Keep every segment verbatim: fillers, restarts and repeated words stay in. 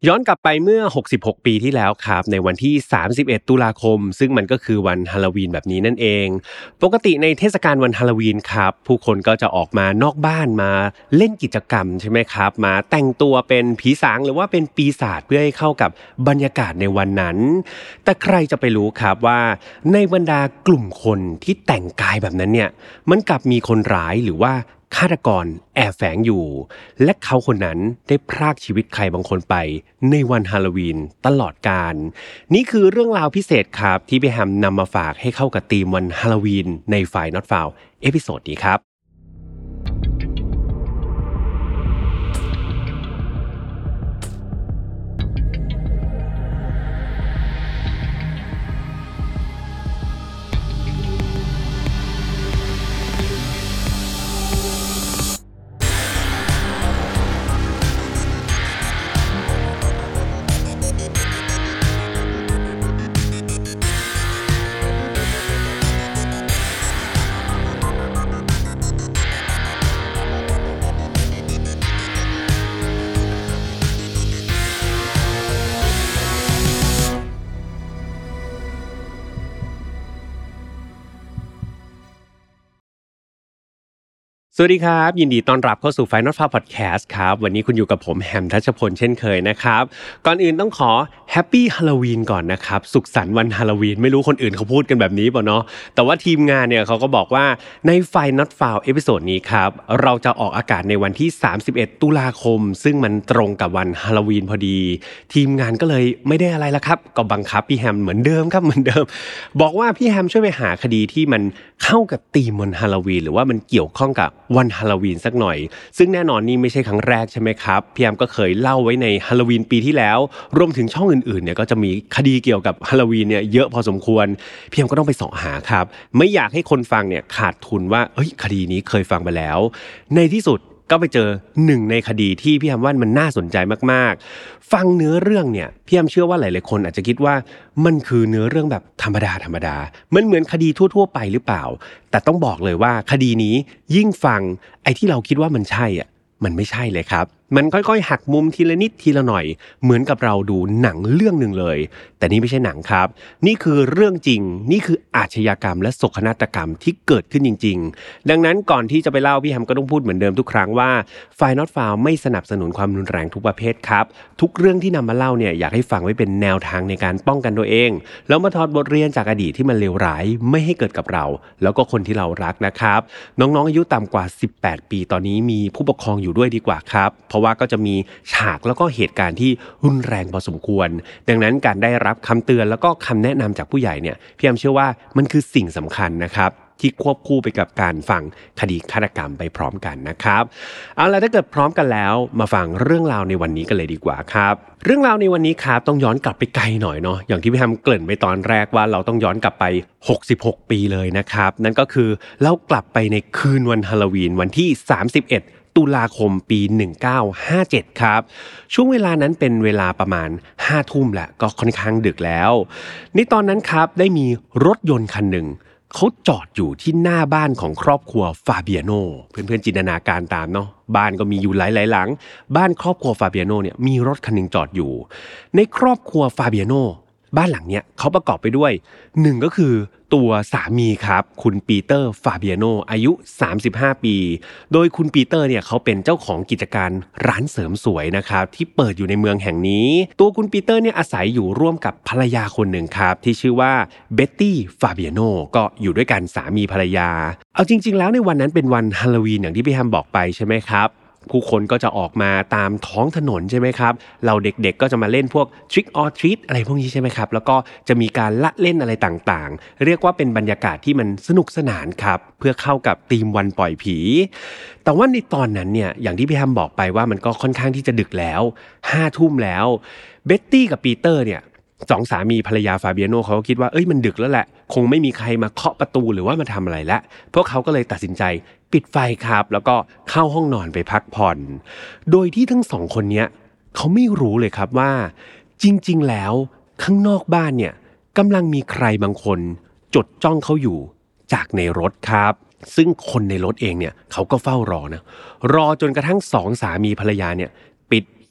ย้อนกลับไปเมื่อหกสิบหกปีที่แล้วครับในวันที่สามสิบเอ็ดตุลาคมซึ่งมันก็คือวันฮาโลวีนแบบนี้นั่นเองปกติในเทศกาลวันฮาโลวีนครับผู้คนก็จะออกมานอกบ้านมาเล่นกิจกรรมใช่ไหมครับมาแต่งตัวเป็นผีสางหรือว่าเป็นปีศาจเพื่อให้เข้ากับบรรยากาศในวันนั้นแต่ใครจะไปรู้ครับว่าในบรรดากลุ่มคนที่แต่งกายแบบนั้นเนี่ยมันกลับมีคนร้ายหรือว่าฆาตกรแอบแฝงอยู่และเขาคนนั้นได้พรากชีวิตใครบางคนไปในวันฮาโลวีนตลอดกาลนี่คือเรื่องราวพิเศษครับที่พี่แฮมนำมาฝากให้เข้ากับธีมวันฮาโลวีนใน File Not Found เอพิโซดนี้ครับสวัสดีครับยินดีต้อนรับเข้าสู่ File Not Found Podcast ครับวันนี้คุณอยู่กับผมแฮมทัชพลเช่นเคยนะครับก่อนอื่นต้องขอ Happy Halloween ก่อนนะครับสุขสันต์วันฮาโลวีนไม่รู้คนอื่นเขาพูดกันแบบนี้ป่ะเนาะแต่ว่าทีมงานเนี่ยเขาก็บอกว่าใน File Not Found เอพิโซดนี้ครับเราจะออกอากาศในวันที่สามสิบเอ็ดตุลาคมซึ่งมันตรงกับวันฮาโลวีนพอดีทีมงานก็เลยไม่ได้อะไรละครับก็บังคับพี่แฮมเหมือนเดิมครับเหมือนเดิมบอกว่าพี่แฮมช่วยไปหาคดีที่มันเข้ากับธีมวันฮาโลวีนหรือว่ามันเกี่ยวข้องกับวันฮาโลวีนสักหน่อยซึ่งแน่นอนนี่ไม่ใช่ครั้งแรกใช่ไหมครับพี่แอมก็เคยเล่าไว้ในฮาโลวีนปีที่แล้วรวมถึงช่องอื่นๆเนี่ยก็จะมีคดีเกี่ยวกับฮาโลวีนเนี่ยเยอะพอสมควรพี่แอมก็ต้องไปเสาะหาครับไม่อยากให้คนฟังเนี่ยขาดทุนว่าเอ้ยคดีนี้เคยฟังไปแล้วในที่สุดก็ไปเจอหนึ่งในคดีที่พี่แอมว่ามันน่าสนใจมากๆฟังเนื้อเรื่องเนี่ยพี่แอมเชื่อว่าหลายๆคนอาจจะคิดว่ามันคือเนื้อเรื่องแบบธรรมดาธรรมดามันเหมือนคดีทั่วๆไปหรือเปล่าแต่ต้องบอกเลยว่าคดีนี้ยิ่งฟังไอ้ที่เราคิดว่ามันใช่อ่ะมันไม่ใช่เลยครับมันค่อยๆหักมุมทีละนิดทีละหน่อยเหมือนกับเราดูหนังเรื่องนึงเลยแต่นี่ไม่ใช่หนังครับนี่คือเรื่องจริงนี่คืออาชญากรรมและโศกนาฏกรรมที่เกิดขึ้นจริงๆดังนั้นก่อนที่จะไปเล่าพี่แฮมก็ต้องพูดเหมือนเดิมทุกครั้งว่า File Not Found ไม่สนับสนุนความรุนแรงทุกประเภทครับทุกเรื่องที่นำมาเล่าเนี่ยอยากให้ฟังไว้เป็นแนวทางในการป้องกันตัวเองแล้วมาถอดบทเรียนจากอดีตที่มันเลวร้ายไม่ให้เกิดกับเราแล้วก็คนที่เรารักนะครับน้องๆอายุต่ำกว่าสิบแปดปีตอนนี้มีผู้ปกครองอยู่ด้วยดีกว่าครับเพราะว่าก็จะมีฉากแล้วก็เหตุการณ์ที่รุนแรงพอสมควรดังนั้นการได้รับคำเตือนแล้วก็คำแนะนำจากผู้ใหญ่เนี่ยพี่แอมเชื่อว่ามันคือสิ่งสำคัญนะครับที่ควบคู่ไปกับการฟังคดีฆาตกรรมไปพร้อมกันนะครับเอาล่ะถ้าเกิดพร้อมกันแล้วมาฟังเรื่องราวในวันนี้กันเลยดีกว่าครับเรื่องราวในวันนี้ครับต้องย้อนกลับไปไกลหน่อยเนาะอย่างที่พี่แฮมเกริ่นไปตอนแรกว่าเราต้องย้อนกลับไปหกสิบหกปีเลยนะครับนั่นก็คือเรากลับไปในคืนวันฮาโลวีนวันที่สามสิบเอ็ดตุลาคมปีหนึ่งเก้าห้าเจ็ดครับช่วงเวลานั้นเป็นเวลาประมาณห้าทุ่มแหละก็ค่อนข้างดึกแล้วในตอนนั้นครับได้มีรถยนต์คันหนึ่งเขาจอดอยู่ที่หน้าบ้านของครอบครัวฟาเบียโนเพื่อนๆจินตนาการตามเนาะบ้านก็มีอยู่หลายๆหลังบ้านครอบครัวฟาเบียโนเนี่ยมีรถคันนึงจอดอยู่ในครอบครัวฟาเบียโนบ้านหลังเนี้ยเขาประกอบไปด้วยหนึ่งก็คือตัวสามีครับคุณปีเตอร์ฟาเบียโนอายุสามสิบห้าปีโดยคุณปีเตอร์เนี่ยเขาเป็นเจ้าของกิจการร้านเสริมสวยนะครับที่เปิดอยู่ในเมืองแห่งนี้ตัวคุณปีเตอร์เนี่ยอาศัยอยู่ร่วมกับภรรยาคนหนึ่งครับที่ชื่อว่าเบ็ตตี้ฟาเบียโนก็อยู่ด้วยกันสามีภรรยาเอาจริงๆแล้วในวันนั้นเป็นวันฮาโลวีนอย่างที่พี่แฮมบอกไปใช่ไหมครับผู้คนก็จะออกมาตามท้องถนนใช่ไหมครับเราเด็กๆก็จะมาเล่นพวก trick or treat อะไรพวกนี้ใช่ไหมครับแล้วก็จะมีการละเล่นอะไรต่างๆเรียกว่าเป็นบรรยากาศที่มันสนุกสนานครับเพื่อเข้ากับธีมวันปล่อยผีแต่ว่าในตอนนั้นเนี่ยอย่างที่พี่แฮมบอกไปว่ามันก็ค่อนข้างที่จะดึกแล้วห้าทุ่มแล้วเบ็ตตี้กับปีเตอร์เนี่ยสองสามีภรรยาฟาเบียโนเขาก็คิดว่าเอ้ยมันดึกแล้วแหละคงไม่มีใครมาเคาะประตูหรือว่ามาทำอะไรละพวกเขาก็เลยตัดสินใจปิดไฟครับแล้วก็เข้าห้องนอนไปพักผ่อนโดยที่ทั้งสองคนเนี้ยเขาไม่รู้เลยครับว่าจริงๆแล้วข้างนอกบ้านเนี่ยกำลังมีใครบางคนจดจ้องเขาอยู่จากในรถครับซึ่งคนในรถเองเนี่ยเขาก็เฝ้ารอนะรอจนกระทั่งสองสามีภรรยาเนี่ยปิด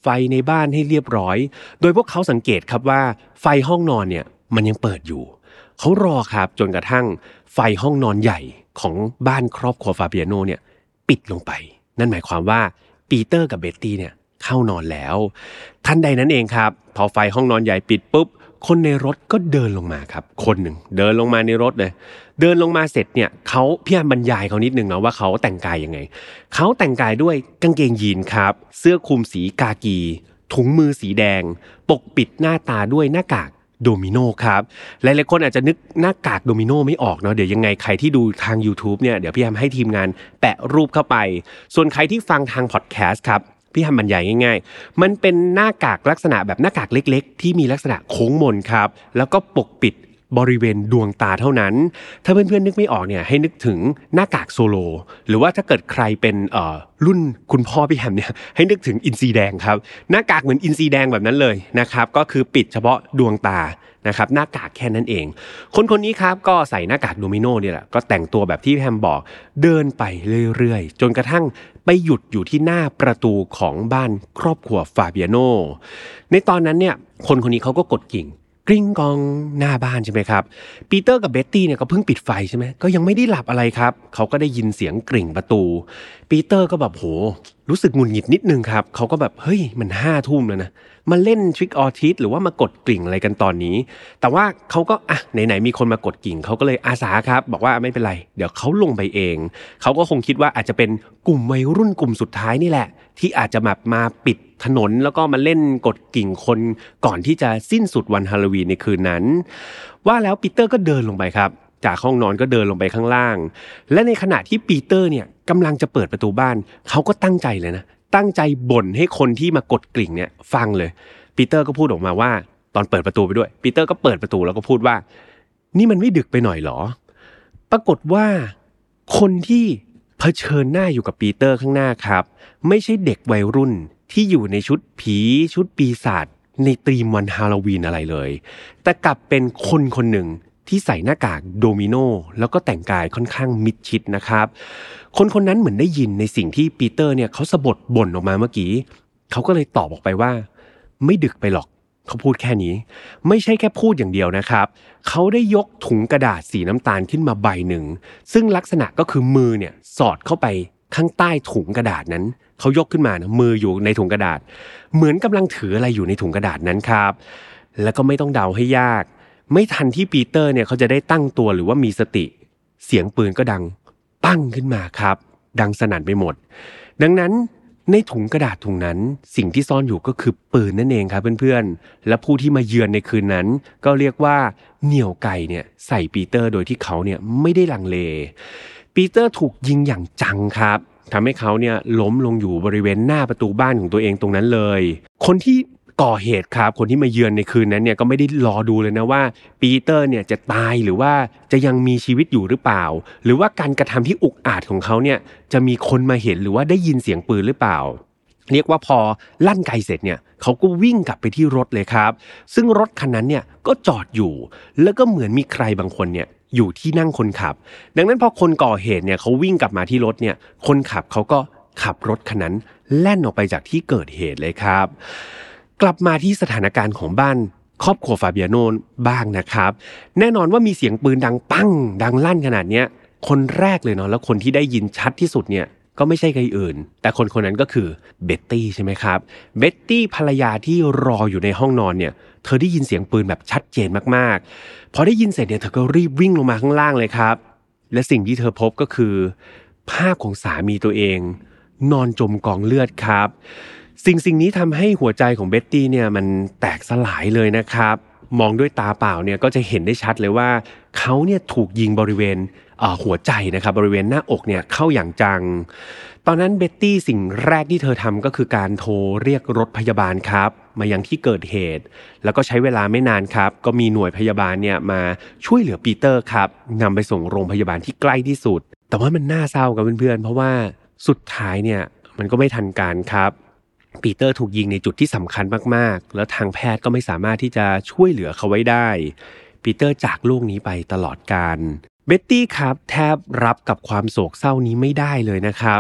ไฟในบ้านให้เรียบร้อยโดยพวกเขาสังเกตครับว่าไฟห้องนอนเนี่ยมันยังเปิดอยู่เขารอครับจนกระทั่งไฟห้องนอนใหญ่ของบ้านครอบครัวฟาเบียโนเนี่ยปิดลงไปนั่นหมายความว่าปีเตอร์กับเบ็ตตี้เนี่ยเข้านอนแล้วทันใดนั้นเองครับพอไฟห้องนอนใหญ่ปิดปุ๊บคนในรถก็เดินลงมาครับคนหนึ่งเดินลงมาในรถเลยเดินลงมาเสร็จเนี่ยเขาพี่อันบรรยายเขานิดนึงนะว่าเขาแต่งกายยังไงเขาแต่งกายด้วยกางเกงยีนครับเสื้อคลุมสีกากีถุงมือสีแดงปกปิดหน้าตาด้วยหน้ากากโดมิโนครับหลายๆคนอาจจะนึกหน้ากากโดมิโนไม่ออกเนาะเดี๋ยวยังไงใครที่ดูทาง YouTube เนี่ยเดี๋ยวพี่แฮมให้ทีมงานแปะรูปเข้าไปส่วนใครที่ฟังทางพอดแคสต์ครับพี่แฮมบรรยายง่ายๆมันเป็นหน้ากากลักษณะแบบหน้ากากเล็กๆที่มีลักษณะโค้งมนครับแล้วก็ปกปิดบริเวณดวงตาเท่านั้นถ้าเพื่อนๆนึกไม่ออกเนี่ยให้นึกถึงหน้ากากโซโลหรือว่าถ้าเกิดใครเป็นเอ่อรุ่นคุณพ่อพี่แฮมเนี่ยให้นึกถึงอินทรีแดงครับหน้ากากเหมือนอินทรีแดงแบบนั้นเลยนะครับก็คือปิดเฉพาะดวงตานะครับหน้ากากแค่นั้นเองคนคนนี้ครับก็ใส่หน้ากากโดมิโนเนี่ยแหละก็แต่งตัวแบบที่พี่แฮมบอกเดินไปเรื่อยๆจนกระทั่งไปหยุดอยู่ที่หน้าประตูของบ้านครอบครัวฟาเบียโนในตอนนั้นเนี่ยคนคนนี้เขาก็กดกิ่งกริ้งกองหน้าบ้านใช่ไหมครับปีเตอร์กับเบ็ตตี้เนี่ยก็เพิ่งปิดไฟใช่ไหมก็ยังไม่ได้หลับอะไรครับเขาก็ได้ยินเสียงกริ่งประตูปีเตอร์ก็แบบโหรู้สึกหงุดหงิดนิดนึงครับเขาก็แบบเฮ้ยมันห้าทุ่มแล้วนะมาเล่นทริกออทิสหรือว่ามากดกริ่งอะไรกันตอนนี้แต่ว่าเขาก็อ่ะไหนๆมีคนมากดกิ่งเขาก็เลยอาสาครับบอกว่าไม่เป็นไรเดี๋ยวเขาลงไปเองเขาก็คงคิดว่าอาจจะเป็นกลุ่มวัยรุ่นกลุ่มสุดท้ายนี่แหละที่อาจจะแบบมาปิดถนนแล้วก็มาเล่นกดกิ่งคนก่อนที่จะสิ้นสุดวันฮาโลวีนในคืนนั้นว่าแล้วปีเตอร์ก็เดินลงไปครับจากห้องนอนก็เดินลงไปข้างล่างและในขณะที่ปีเตอร์เนี่ยกำลังจะเปิดประตูบ้านเขาก็ตั้งใจเลยนะตั้งใจบ่นให้คนที่มากดกริ่งเนี่ยฟังเลยปีเตอร์ก็พูดออกมาว่าตอนเปิดประตูไปด้วยปีเตอร์ก็เปิดประตูแล้วก็พูดว่านี่มันไม่ดึกไปหน่อยหรอปรากฏว่าคนที่เผชิญหน้าอยู่กับปีเตอร์ข้างหน้าครับไม่ใช่เด็กวัยรุ่นที่อยู่ในชุดผีชุดปีศาจในธีมวันฮาโลวีนอะไรเลยแต่กลับเป็นคนคนหนึ่งที่ใส่หน้ากากโดมิโนแล้วก็แต่งกายค่อนข้างมิดชิดนะครับคนคนนั้นเหมือนได้ยินในสิ่งที่ปีเตอร์เนี่ยเขาสะบัดบ่นออกมาเมื่อกี้เขาก็เลยตอบออกไปว่าไม่ดึกไปหรอกเขาพูดแค่นี้ไม่ใช่แค่พูดอย่างเดียวนะครับเขาได้ยกถุงกระดาษสีน้ำตาลขึ้นมาใบหนึ่งซึ่งลักษณะก็คือมือเนี่ยสอดเข้าไปข้างใต้ถุงกระดาษนั้นเขายกขึ้นมานะมืออยู่ในถุงกระดาษเหมือนกำลังถืออะไรอยู่ในถุงกระดาษนั้นครับแล้วก็ไม่ต้องเดาให้ยากไม่ทันที่ปีเตอร์เนี่ยเขาจะได้ตั้งตัวหรือว่ามีสติเสียงปืนก็ดังปั้งขึ้นมาครับดังสนั่นไปหมดดังนั้นในถุงกระดาษถุงนั้นสิ่งที่ซ่อนอยู่ก็คือปืนนั่นเองครับเพื่อนๆและผู้ที่มาเยือนในคืนนั้นก็เรียกว่าเหนี่ยวไก่เนี่ยใส่ปีเตอร์โดยที่เขาเนี่ยไม่ได้ลังเลปีเตอร์ถูกยิงอย่างจังครับทำให้เขาเนี่ยล้มลงอยู่บริเวณหน้าประตูบ้านของตัวเองตรงนั้นเลยคนที่ก่อเหตุครับคนที่มาเยือนในคืนนั้นเนี่ยก็ไม่ได้รอดูเลยนะว่าปีเตอร์เนี่ยจะตายหรือว่าจะยังมีชีวิตอยู่หรือเปล่าหรือว่าการกระทำที่อุกอาจของเขาเนี่ยจะมีคนมาเห็นหรือว่าได้ยินเสียงปืนหรือเปล่าเรียกว่าพอลั่นไกเสร็จเนี่ยเขาก็วิ่งกลับไปที่รถเลยครับซึ่งรถคันนั้นเนี่ยก็จอดอยู่แล้วก็เหมือนมีใครบางคนเนี่ยอยู่ที่นั่งคนขับดังนั้นพอคนก่อเหตุเนี่ยเขาวิ่งกลับมาที่รถเนี่ยคนขับเขาก็ขับรถคันนั้นแล่นออกไปจากที่เกิดเหตุเลยครับกลับมาที่สถานการณ์ของบ้านครอบครัวฟาเบียโนบ้างนะครับแน่นอนว่ามีเสียงปืนดังปังดังลั่นขนาดเนี้ยคนแรกเลยเนาะแล้วคนที่ได้ยินชัดที่สุดเนี่ยก็ไม่ใช่ใครอื่นแต่คนคนนั้นก็คือเบ็ตตี้ใช่ไหมครับเบ็ตตี้ภรรยาที่รออยู่ในห้องนอนเนี่ยเธอได้ยินเสียงปืนแบบชัดเจนมากๆพอได้ยินเสร็จเนี่ยเธอก็รีบวิ่งลงมาข้างล่างเลยครับและสิ่งที่เธอพบก็คือภาพของสามีตัวเองนอนจมกองเลือดครับสิ่งสิ่งนี้ทำให้หัวใจของเบ็ตตี้เนี่ยมันแตกสลายเลยนะครับมองด้วยตาเปล่าเนี่ยก็จะเห็นได้ชัดเลยว่าเขาเนี่ยถูกยิงบริเวณหัวใจนะครับบริเวณหน้าอกเนี่ยเข้าอย่างจังตอนนั้นเบ็ตตี้สิ่งแรกที่เธอทำก็คือการโทรเรียกรถพยาบาลครับมายังที่เกิดเหตุแล้วก็ใช้เวลาไม่นานครับก็มีหน่วยพยาบาลเนี่ยมาช่วยเหลือปีเตอร์ครับนำไปส่งโรงพยาบาลที่ใกล้ที่สุดแต่ว่ามันน่าเศร้ากับเพื่อนๆเพราะว่าสุดท้ายเนี่ยมันก็ไม่ทันการครับปีเตอร์ถูกยิงในจุดที่สำคัญมากๆแล้วทางแพทย์ก็ไม่สามารถที่จะช่วยเหลือเขาไว้ได้ปีเตอร์จากโลกนี้ไปตลอดกาลเบ็ตตี้ครับแทบรับกับความโศกเศร้านี้ไม่ได้เลยนะครับ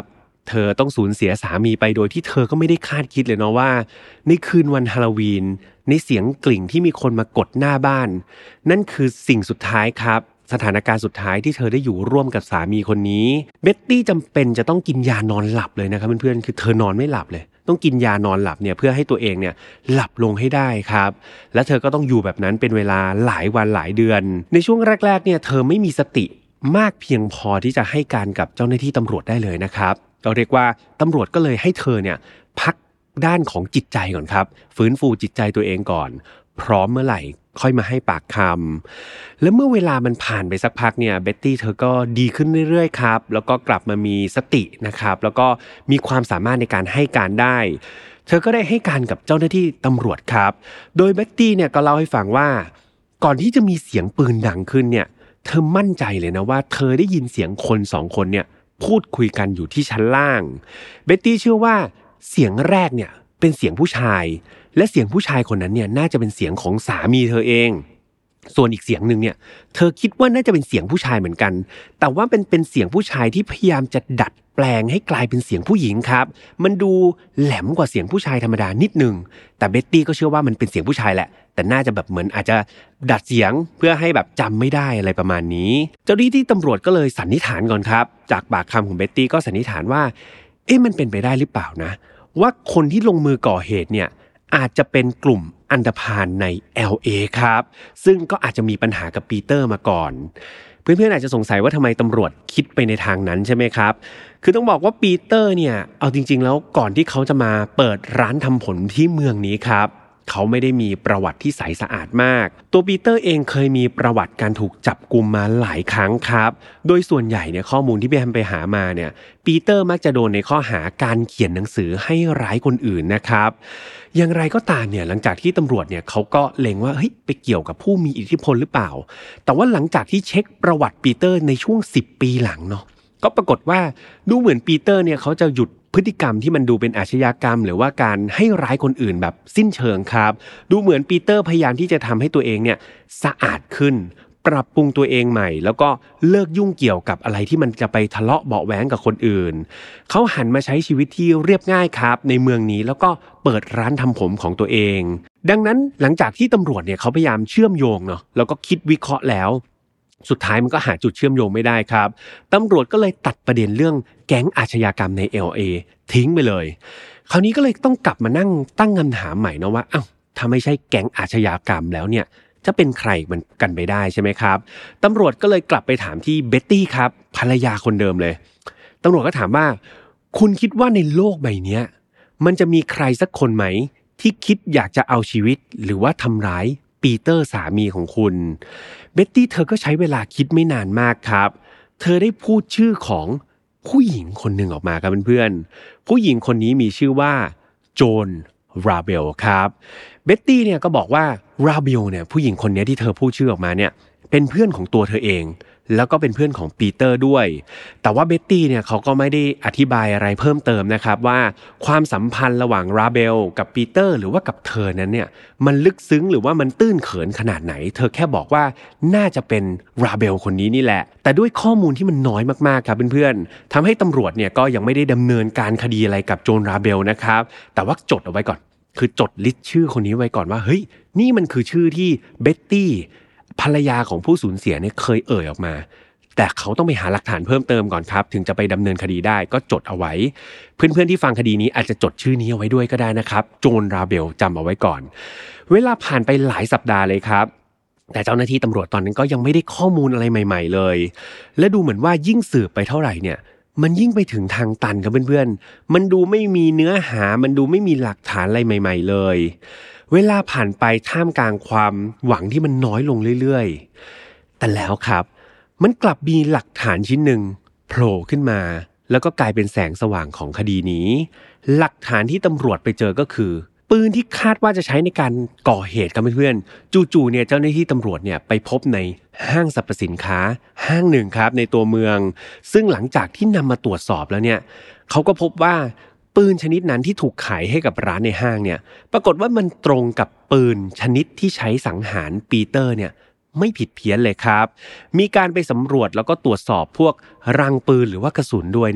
เธอต้องสูญเสียสามีไปโดยที่เธอก็ไม่ได้คาดคิดเลยเนาะว่าในคืนวันฮาโลวีนในเสียงกลิ่งที่มีคนมากดหน้าบ้านนั่นคือสิ่งสุดท้ายครับสถานการณ์สุดท้ายที่เธอได้อยู่ร่วมกับสามีคนนี้เบ็ตตี้จำเป็นจะต้องกินยานอนหลับเลยนะครับเพื่อนๆคือเธอนอนไม่หลับเลยต้องกินยานอนหลับเนี่ยเพื่อให้ตัวเองเนี่ยหลับลงให้ได้ครับและเธอก็ต้องอยู่แบบนั้นเป็นเวลาหลายวันหลายเดือนในช่วงแรกๆเนี่ยเธอไม่มีสติมากเพียงพอที่จะให้การกับเจ้าหน้าที่ตำรวจได้เลยนะครับเราเรียกว่าตำรวจก็เลยให้เธอเนี่ยพักด้านของจิตใจก่อนครับฟื้นฟูจิตใจตัวเองก่อนพร้อมเมื่อไหร่ค่อยมาให้ปากคำแล้วเมื่อเวลามันผ่านไปสักพักเนี่ยเบ็ตตี้เธอก็ดีขึ้นเรื่อยๆครับแล้วก็กลับมามีสตินะครับแล้วก็มีความสามารถในการให้การได้เธอก็ได้ให้การกับเจ้าหน้าที่ตำรวจครับโดยเบ็ตตี้เนี่ยก็เล่าให้ฟังว่าก่อนที่จะมีเสียงปืนดังขึ้นเนี่ยเธอมั่นใจเลยนะว่าเธอได้ยินเสียงคนสองคนเนี่ยพูดคุยกันอยู่ที่ชั้นล่างเบ็ตตี้เชื่อว่าเสียงแรกเนี่ยเป็นเสียงผู้ชายและเสียงผู้ชายคนนั้นเนี่ยน่าจะเป็นเสียงของสามีเธอเองส่วนอีกเสียงนึงเนี่ยเธอคิดว่าน่าจะเป็นเสียงผู้ชายเหมือนกันแต่ว่าเป็นเป็นเสียงผู้ชายที่พยายามจะดัดแปลงให้กลายเป็นเสียงผู้หญิงครับมันดูแหลมกว่าเสียงผู้ชายธรรมดานิดนึงแต่เบ็ตตี้ก็เชื่อว่ามันเป็นเสียงผู้ชายแหละแต่น่าจะแบบเหมือนอาจจะดัดเสียงเพื่อให้แบบจำไม่ได้อะไรประมาณนี้เจ้าหน้าที่ตำรวจก็เลยสันนิษฐานก่อนครับจากปากคำของเบ็ตตี้ก็สันนิษฐานว่าเอ๊ะมันเป็นไปได้หรือเปล่านะว่าคนที่ลงมือก่อเหตุเนี่ยอาจจะเป็นกลุ่มอันธพาลใน แอล เอ ครับซึ่งก็อาจจะมีปัญหากับปีเตอร์มาก่อนเพื่อนๆอาจจะสงสัยว่าทำไมตำรวจคิดไปในทางนั้นใช่ไหมครับคือต้องบอกว่าปีเตอร์เนี่ยเอาจริงๆแล้วก่อนที่เขาจะมาเปิดร้านทำผลที่เมืองนี้ครับเขาไม่ได้มีประวัติที่ใสสะอาดมากตัวปีเตอร์เองเคยมีประวัติการถูกจับกุมมาหลายครั้งครับโดยส่วนใหญ่เนี่ยข้อมูลที่พี่แฮมไปหามาเนี่ยปีเตอร์มักจะโดนในข้อหาการเขียนหนังสือให้ร้ายคนอื่นนะครับอย่างไรก็ตามเนี่ยหลังจากที่ตำรวจเนี่ยเขาก็เล็งว่าเฮ้ยไปเกี่ยวกับผู้มีอิทธิพลหรือเปล่าแต่ว่าหลังจากที่เช็คประวัติปีเตอร์ในช่วงสิบปีหลังเนาะก็ปรากฏว่าดูเหมือนปีเตอร์เนี่ยเขาจะหยุดพฤติกรรมที่มันดูเป็นอาชญากรรมหรือว่าการให้ร้ายคนอื่นแบบสิ้นเชิงครับดูเหมือนปีเตอร์พยายามที่จะทำให้ตัวเองเนี่ยสะอาดขึ้นปรับปรุงตัวเองใหม่แล้วก็เลิกยุ่งเกี่ยวกับอะไรที่มันจะไปทะเลาะเบาะแว้งกับคนอื่นเขาหันมาใช้ชีวิตที่เรียบง่ายครับในเมืองนี้แล้วก็เปิดร้านทำผมของตัวเองดังนั้นหลังจากที่ตำรวจเนี่ยเขาพยายามเชื่อมโยงเนาะแล้วก็คิดวิเคราะห์แล้วสุดท้ายมันก็หาจุดเชื่อมโยงไม่ได้ครับตำรวจก็เลยตัดประเด็นเรื่องแก๊งอาชญากรรมใน แอล เอ ทิ้งไปเลยคราวนี้ก็เลยต้องกลับมานั่งตั้งคำถามใหม่นะว่าอ้าวถ้าไม่ใช่แก๊งอาชญากรรมแล้วเนี่ยจะเป็นใครมันกันไปได้ใช่ไหมครับตำรวจก็เลยกลับไปถามที่เบ็ตตี้ครับภรรยาคนเดิมเลยตำรวจก็ถามว่าคุณคิดว่าในโลกใบนี้มันจะมีใครสักคนไหมที่คิดอยากจะเอาชีวิตหรือว่าทำร้ายปีเตอร์สามีของคุณเบ็ตตี้เธอก็ใช้เวลาคิดไม่นานมากครับเธอได้พูดชื่อของผู้หญิงคนหนึ่งออกมาครับเพื่อนๆผู้หญิงคนนี้มีชื่อว่าโจนราเบลครับเบ็ตตี้เนี่ยก็บอกว่าราเบลเนี่ยผู้หญิงคนนี้ที่เธอพูดชื่อออกมาเนี่ยเป็นเพื่อนของตัวเธอเองแล้วก็เป็นเพื่อนของปีเตอร์ด้วยแต่ว่าเบ็ตตี้เนี่ยเขาก็ไม่ได้อธิบายอะไรเพิ่มเติมนะครับว่าความสัมพันธ์ระหว่างราเบลกับปีเตอร์หรือว่ากับเธอนั้นเนี่ยมันลึกซึ้งหรือว่ามันตื้นเขินขนาดไหนเธอแค่บอกว่าน่าจะเป็นราเบลคนนี้นี่แหละแต่ด้วยข้อมูลที่มันน้อยมากๆครับเพื่อนๆทำให้ตำรวจเนี่ยก็ยังไม่ได้ดำเนินการคดีอะไรกับโจนราเบลนะครับแต่ว่าจดเอาไว้ก่อนคือจดลิสต์ชื่อคนนี้ไว้ก่อนว่าเฮ้ยนี่มันคือชื่อที่เบ็ตตี้ภรรยาของผู้สูญเสียเนี่ยเคยเอ่ยออกมาแต่เขาต้องไปหาหลักฐานเพิ่มเติมก่อนครับถึงจะไปดำเนินคดีได้ก็จดเอาไว้เพื่อนๆที่ฟังคดีนี้อาจจะจดชื่อนี้เอาไว้ด้วยก็ได้นะครับโจนราเบลจำเอาไว้ก่อนเวลาผ่านไปหลายสัปดาห์เลยครับแต่เจ้าหน้าที่ตำรวจตอนนั้นก็ยังไม่ได้ข้อมูลอะไรใหม่ๆเลยและดูเหมือนว่ายิ่งสืบไปเท่าไหร่เนี่ยมันยิ่งไปถึงทางตันครับเพื่อนๆมันดูไม่มีเนื้อหามันดูไม่มีหลักฐานอะไรใหม่ๆเลยเวลาผ่านไปท่ามกลางความหวังที่มันน้อยลงเรื่อยๆแต่แล้วครับมันกลับมีหลักฐานชิ้นหนึ่งโผล่ขึ้นมาแล้วก็กลายเป็นแสงสว่างของคดีนี้หลักฐานที่ตำรวจไปเจอก็คือปืนที่คาดว่าจะใช้ในการก่อเหตุครับเพื่อนๆจู่ๆเนี่ยเจ้าหน้าที่ตำรวจเนี่ยไปพบในห้างสรรพสินค้าห้างหนึ่งครับในตัวเมืองซึ่งหลังจากที่นำมาตรวจสอบแล้วเนี่ยเขาก็พบว่าปืนชนิดนั้นที่ถูกขายให้กับร้านในห้างเนี่ยปรากฏว่ามันตรงกับปืนชนิดที่ใช้สังหารปีเตอร์เนี่ยไม่ผิดเพี้ยนเลยครับมีการไปสำรวจแล้วก็ตรวจสอบพวกรังปืนหรือว่ากระสุนด้วยเนี่ย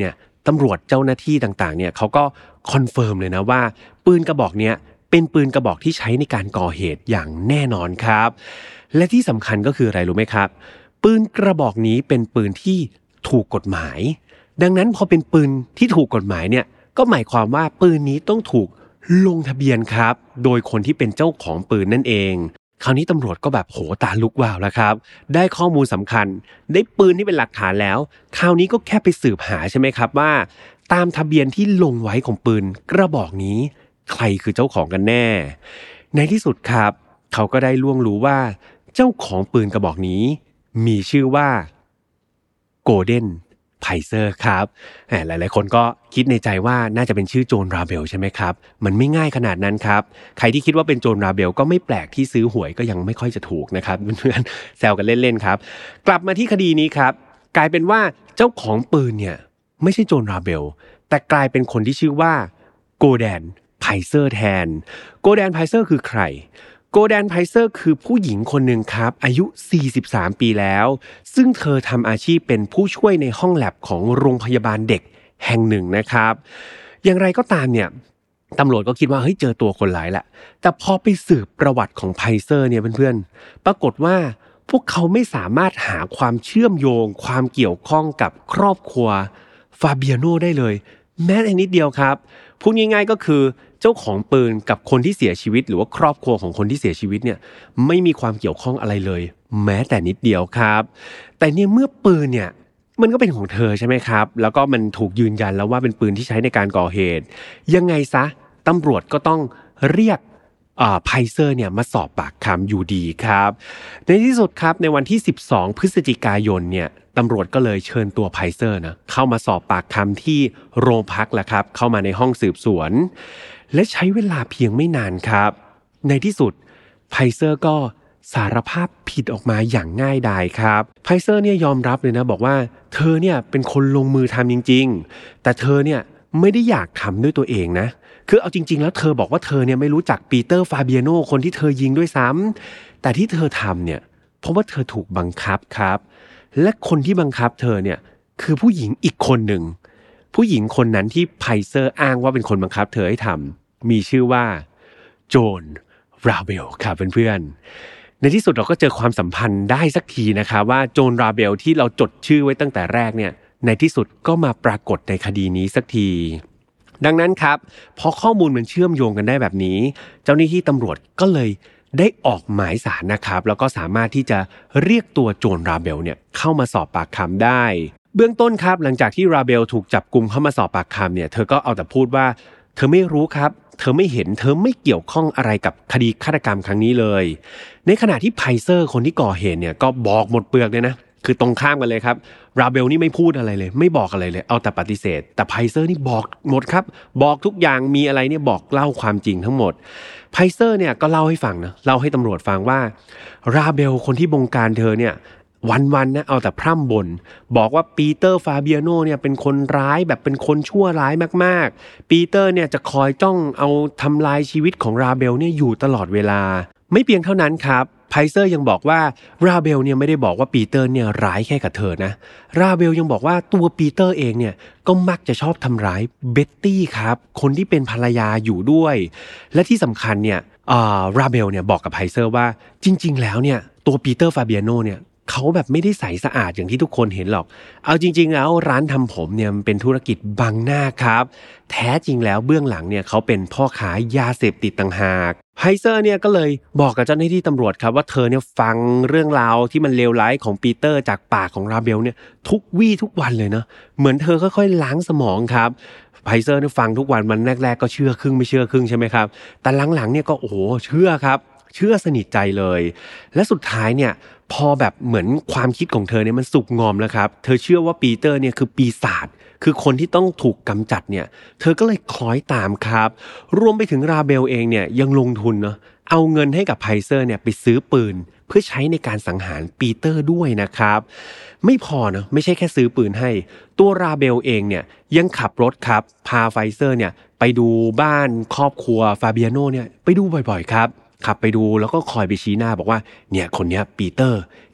ตำรวจเจ้าหน้าที่ต่างๆเนี่ยเขาก็คอนเฟิร์มเลยนะว่าปืนกระบอกเนี้ยเป็นปืนกระบอกที่ใช้ในการก่อเหตุอย่างแน่นอนครับและที่สำคัญก็คืออะไรรู้ไหมครับปืนกระบอกนี้เป็นปืนที่ถูกกฎหมายดังนั้นพอเป็นปืนที่ถูกกฎหมายเนี่ยก็หมายความว่าปืนนี้ต้องถูกลงทะเบียนครับโดยคนที่เป็นเจ้าของปืนนั่นเองคราวนี้ตำรวจก็แบบโหตาลุกวาวแล้วครับได้ข้อมูลสำคัญได้ปืนที่เป็นหลักฐานแล้วคราวนี้ก็แค่ไปสืบหาใช่ไหมครับว่าตามทะเบียนที่ลงไว้ของปืนกระบอกนี้ใครคือเจ้าของกันแน่ในที่สุดครับเขาก็ได้ล่วงรู้ว่าเจ้าของปืนกระบอกนี้มีชื่อว่าโกลเด้นไพเซอร์ครับหลายๆคนก็คิดในใจว่าน่าจะเป็นชื่อโจนราเบลใช่ไหมครับมันไม่ง่ายขนาดนั้นครับใครที่คิดว่าเป็นโจนราเบลก็ไม่แปลกที่ซื้อหวยก็ยังไม่ค่อยจะถูกนะครับเพื่อนๆแซวกันเล่นๆครับกลับมาที่คดีนี้ครับกลายเป็นว่าเจ้าของปืนเนี่ยไม่ใช่โจนราเบลแต่กลายเป็นคนที่ชื่อว่าโกลเด้นไพเซอร์แทนโกลเด้นไพเซอร์คือใครโกลเด้นไพเซอร์คือผู้หญิงคนหนึ่งครับอายุสี่สิบสามปีแล้วซึ่งเธอทำอาชีพเป็นผู้ช่วยในห้องแลบของโรงพยาบาลเด็กแห่งหนึ่งนะครับอย่างไรก็ตามเนี่ยตำรวจก็คิดว่าเฮ้ยเจอตัวคนร้ายแหละแต่พอไปสืบประวัติของไพเซอร์เนี่ยเพื่อนๆปรากฏว่าพวกเขาไม่สามารถหาความเชื่อมโยงความเกี่ยวข้องกับครอบครัวฟาเบียโนได้เลยแม้แต่นิดเดียวครับพูดง่ายๆก็คือเจ้าของปืนกับคนที่เสียชีวิตหรือว่าครอบครัวของคนที่เสียชีวิตเนี่ยไม่มีความเกี่ยวข้องอะไรเลยแม้แต่นิดเดียวครับแต่เนี่ยเมื่อปืนเนี่ยมันก็เป็นของเธอใช่ไหมครับแล้วก็มันถูกยืนยันแล้วว่าเป็นปืนที่ใช้ในการก่อเหตุยังไงซะตำรวจก็ต้องเรียกไพเซอร์เนี่ยมาสอบปากคำอยู่ดีครับในที่สุดครับในวันที่สิบสองพฤศจิกายนเนี่ยตำรวจก็เลยเชิญตัวไพเซอร์นะเข้ามาสอบปากคำที่โรงพักแหละครับเข้ามาในห้องสืบสวนและใช้เวลาเพียงไม่นานครับในที่สุดไพเซอร์ก็สารภาพผิดออกมาอย่างง่ายดายครับไพเซอร์เนี่ยยอมรับเลยนะบอกว่าเธอเนี่ยเป็นคนลงมือทำจริงๆแต่เธอเนี่ยไม่ได้อยากทำด้วยตัวเองนะคือเอาจริงๆแล้วเธอบอกว่าเธอเนี่ยไม่รู้จักปีเตอร์ฟาเบียโนคนที่เธอยิงด้วยซ้ำแต่ที่เธอทำเนี่ยเพราะว่าเธอถูกบังคับครับและคนที่บังคับเธอเนี่ยคือผู้หญิงอีกคนหนึ่งผู้หญิงคนนั้นที่ไพเซอร์อ้างว่าเป็นคนบังคับเธอให้ทำมีชื่อว่าโจนราเบลครับเพื่อนๆในที่สุดเราก็เจอความสัมพันธ์ได้สักทีนะครับว่าโจนราเบลที่เราจดชื่อไว้ตั้งแต่แรกเนี่ยในที่สุดก็มาปรากฏในคดีนี้สักทีดังนั้นครับพอข้อมูลมันเชื่อมโยงกันได้แบบนี้เจ้าหน้าที่ตำรวจก็เลยได้ออกหมายสารนะครับแล้วก็สามารถที่จะเรียกตัวโจนราเบลเนี่ยเข้ามาสอบปากคำได้เบื้องต้นครับหลังจากที่ราเบลถูกจับกุมเข้ามาสอบปากคำเนี่ยเธอก็เอาแต่พูดว่าเธอไม่รู้ครับเธอไม่เห็นเธอไม่เกี่ยวข้องอะไรกับคดีฆาตกรรมครั้งนี้เลยในขณะที่ไพเซอร์คนที่ก่อเหตุเนี่ยก็บอกหมดเปลือกเลยนะคือตรงข้ามกันเลยครับราเบลนี่ไม่พูดอะไรเลยไม่บอกอะไรเลยเอาแต่ปฏิเสธแต่ไพเซอร์นี่บอกหมดครับบอกทุกอย่างมีอะไรเนี่ยบอกเล่าความจริงทั้งหมดไพเซอร์เนี่ยก็เล่าให้ฟังนะเล่าให้ตำรวจฟังว่าราเบลคนที่บงการเธอเนี่ยวันๆนะเอาแต่พร่ำบ่นบอกว่าปีเตอร์ฟาเบียโนเนี่ยเป็นคนร้ายแบบเป็นคนชั่วร้ายมากๆปีเตอร์เนี่ยจะคอยจ้องเอาทำลายชีวิตของราเบลเนี่ยอยู่ตลอดเวลาไม่เพียงเท่านั้นครับไพเซอร์ยังบอกว่าราเบลเนี่ยไม่ได้บอกว่าปีเตอร์เนี่ยร้ายแค่กับเธอนะราเบลยังบอกว่าตัวปีเตอร์เองเนี่ยก็มักจะชอบทำร้ายเบ็ตตี้ครับคนที่เป็นภรรยาอยู่ด้วยและที่สำคัญเนี่ยราเบลเนี่ยบอกกับไพเซอร์ว่าจริงๆแล้วเนี่ยตัวปีเตอร์ฟาเบียโนเนี่ยเขาแบบไม่ได้ใสสะอาดอย่างที่ทุกคนเห็นหรอกเอาจริงๆแล้วร้านทำผมเนี่ยมันเป็นธุรกิจบังหน้าครับแท้จริงแล้วเบื้องหลังเนี่ยเขาเป็นพ่อขายยาเสพติดต่างหากไฮเซอร์เนี่ยก็เลยบอกกับเจ้าหน้าที่ตำรวจครับว่าเธอเนี่ยฟังเรื่องราวที่มันเลวร้ายของปีเตอร์จากปากของราเบลเนี่ยทุกวี่ทุกวันเลยเนาะเหมือนเธอค่อยๆล้างสมองครับไฮเซอร์เนี่ยฟังทุกวันมันแรกๆก็เชื่อครึ่งไม่เชื่อครึ่งใช่ไหมครับแต่หลังๆเนี่ยก็โอ้โหเชื่อครับเชื่อสนิทใจเลยและสุดท้ายเนี่ยพอแบบเหมือนความคิดของเธอเนี่ยมันสุกงอมแล้วครับเธอเชื่อว่าปีเตอร์เนี่ยคือปีศาจคือคนที่ต้องถูกกำจัดเนี่ยเธอก็เลยคล้อยตามครับรวมไปถึงราเบลเองเนี่ยยังลงทุนเนาะเอาเงินให้กับไพเซอร์เนี่ยไปซื้อปืนเพื่อใช้ในการสังหารปีเตอร์ด้วยนะครับไม่พอเนาะไม่ใช่แค่ซื้อปืนให้ตัวราเบลเองเนี่ยยังขับรถครับพาไพเซอร์เนี่ยไปดูบ้านครอบครัวฟาเบียโนเนี่ยไปดูบ่อยๆครับขับไปดูแล้วก็คอยไปชี้หน้าบอกว่าเนี่ยคนเนี้ยปีเตอร์